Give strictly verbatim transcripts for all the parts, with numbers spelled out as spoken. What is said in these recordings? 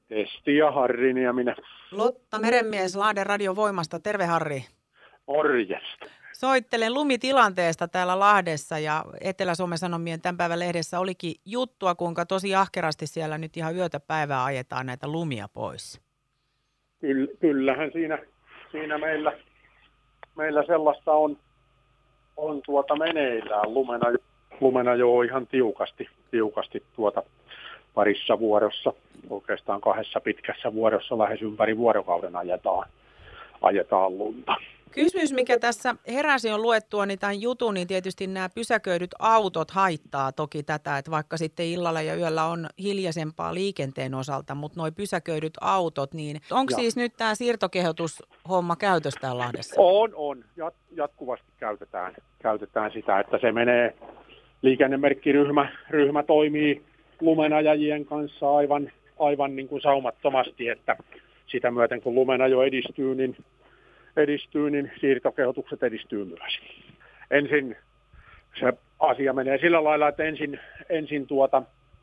Esti ja Harri Nieminen. Lotta Merenmies Lahden Radio Voimasta. Terve Harri. Morjesta. Soittelen lumitilanteesta täällä Lahdessa ja Etelä-Suomen Sanomien tämän päivän lehdessä olikin juttua, kuinka tosi ahkerasti siellä nyt ihan yötä päivää ajetaan näitä lumia pois. Kyllä, kyllähän siinä, siinä meillä, meillä sellaista on, on tuota meneillään. Lumena, lumena jo ihan tiukasti, tiukasti tuota parissa vuorossa, oikeastaan kahdessa pitkässä vuorossa lähes ympäri vuorokauden ajetaan, ajetaan lunta. Kysymys, mikä tässä heräsi on luettua niin tämän jutun, niin tietysti nämä pysäköidyt autot haittaa toki tätä, että vaikka sitten illalla ja yöllä on hiljaisempaa liikenteen osalta, mutta nuo pysäköidyt autot, niin onko siis nyt tämä siirtokehotushomma käytössä täällä Lahdessa? On, on. Jat, jatkuvasti käytetään, käytetään sitä, että se menee, liikennemerkkiryhmä ryhmä toimii lumenajajien kanssa aivan, aivan niin kuin saumattomasti, että sitä myöten kun lumenajo edistyy, niin edistyy, niin siirtokehotukset edistyy myös. Ensin se asia menee sillä lailla, että ensin, ensin tuota,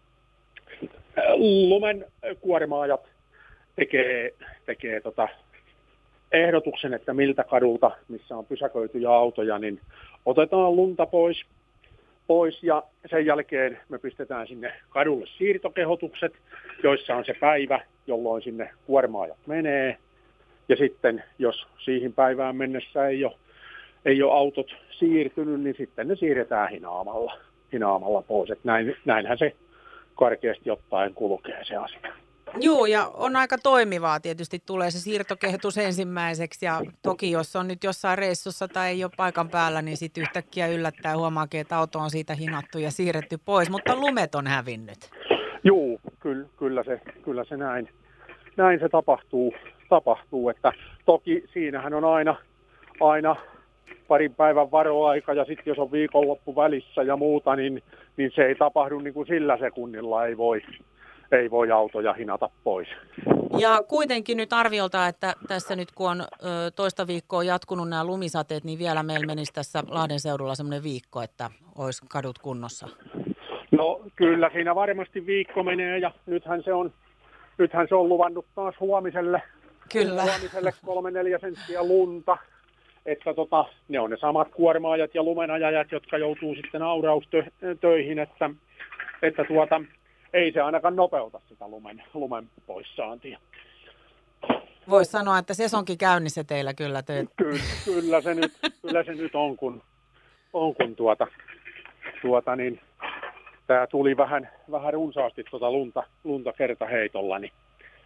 lumen kuormaajat tekee, tekee tota ehdotuksen, että miltä kadulta, missä on pysäköityjä autoja, niin otetaan lunta pois, pois ja sen jälkeen me pistetään sinne kadulle siirtokehotukset, joissa on se päivä, jolloin sinne kuormaajat menee. Ja sitten, jos siihen päivään mennessä ei ole, ei ole autot siirtynyt, niin sitten ne siirretään hinaamalla, hinaamalla pois. Et näin, näinhän se karkeasti ottaen kulkee se asia. Joo, ja on aika toimivaa. Tietysti tulee se siirtokehotus ensimmäiseksi. Ja toki, jos on nyt jossain reissussa tai ei ole paikan päällä, niin sitten yhtäkkiä yllättää huomaakin, että auto on siitä hinattu ja siirretty pois. Mutta lumet on hävinnyt. Joo, kyllä, kyllä, se, kyllä se näin, näin se tapahtuu. tapahtuu, että toki siinähän on aina, aina parin päivän varoaika ja sitten jos on viikonloppu välissä ja muuta, niin, niin se ei tapahdu niin kuin sillä sekunnilla, ei voi, ei voi autoja hinata pois. Ja kuitenkin nyt arviolta, että tässä nyt kun on ö, toista viikkoa jatkunut nämä lumisateet, niin vielä meillä menisi tässä Lahden seudulla semmoinen viikko, että olisi kadut kunnossa. No kyllä siinä varmasti viikko menee ja nythän se on, nythän se on luvannut taas huomiselle. Kyllä. Huomiselle kolme neljä senttiä lunta, että tota, ne on ne samat kuormaajat ja lumenajajat, jotka joutuu sitten auraustöihin, että, että tuota, ei se ainakaan nopeuta sitä lumen, lumen poissaantia. Voisi sanoa, että sesonkin käynnissä teillä kyllä töitä. Ky, kyllä, se nyt, kyllä se nyt on, kun, on, kun tuota, tuota niin, tämä tuli vähän, vähän runsaasti tuota lunta, lunta kertaheitolla, niin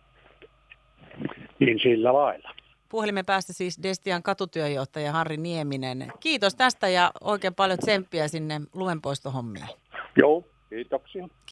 Niin sillä lailla. Puhelimen päästä siis Destian katutyöjohtaja Harri Nieminen. Kiitos tästä ja oikein paljon tsemppiä sinne lumenpoistohommiin. Joo, kiitoksia.